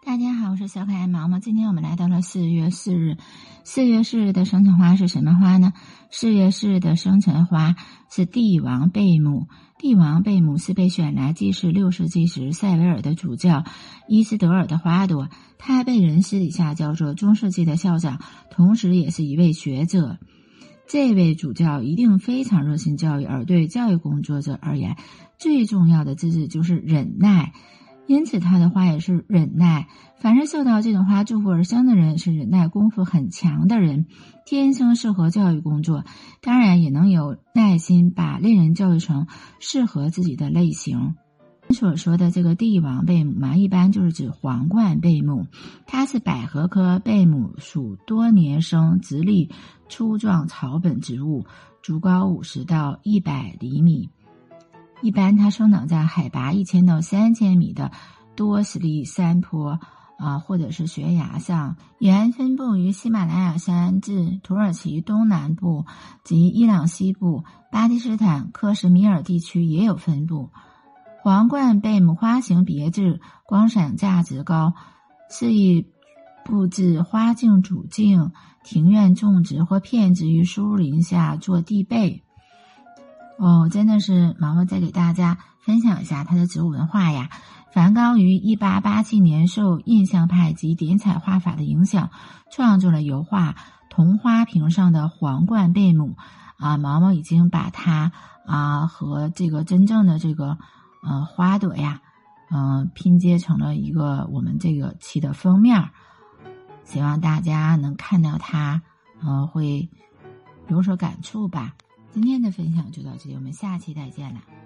大家好，我是小可爱毛毛。今天我们来到了4月4日。4月4日的生辰花是什么花呢？4月4日的生辰花是帝王贝母。帝王贝母是被选来祭祀6世纪时塞维尔的主教伊斯德尔的花朵，他被人私底下叫做中世纪的校长，同时也是一位学者。这位主教一定非常热心教育，而对教育工作者而言，最重要的资质就是忍耐。因此他的花也是忍耐，凡是受到这种花祝福而生的人是忍耐功夫很强的人，天生适合教育工作，当然也能有耐心把恋人教育成适合自己的类型。所说的这个帝王贝母嘛，一般就是指皇冠贝母，它是百合科贝母属多年生直立粗壮草本植物，足高50到100厘米。一般它生长在海拔1000到3000米的多石砾山坡或者是悬崖上，原分布于喜马拉雅山至土耳其东南部及伊朗西部，巴基斯坦克什米尔地区也有分布。皇冠贝母花型别致，光闪价值高，适宜布置花径主径、庭院种植或片植于树林下做地被。真的是毛毛再给大家分享一下它的植物文化呀。梵高于1887年受印象派及点彩画法的影响，创作了油画铜花瓶上的皇冠贝母毛毛已经把它和这个真正的这个花朵呀拼接成了一个我们这个期的封面，希望大家能看到它会有所感触吧。今天的分享就到这里，我们下期再见了。